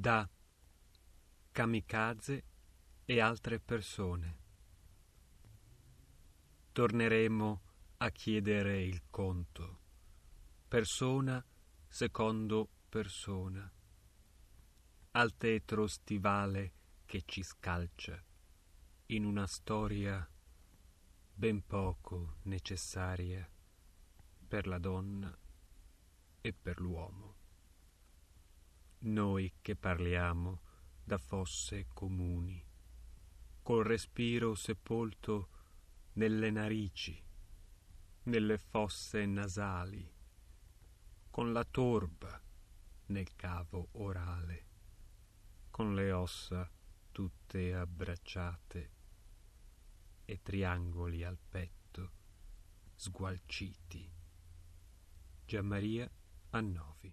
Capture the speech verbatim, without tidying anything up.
da Kamikaze e altre persone. Torneremo a chiedere il conto, persona secondo persona, al tetro stivale che ci scalcia in una storia ben poco necessaria per la donna e per l'uomo. Noi che parliamo da fosse comuni, col respiro sepolto nelle narici, nelle fosse nasali, con la torba nel cavo orale, con le ossa tutte abbracciate e triangoli al petto sgualciti. Gianmaria Annovi.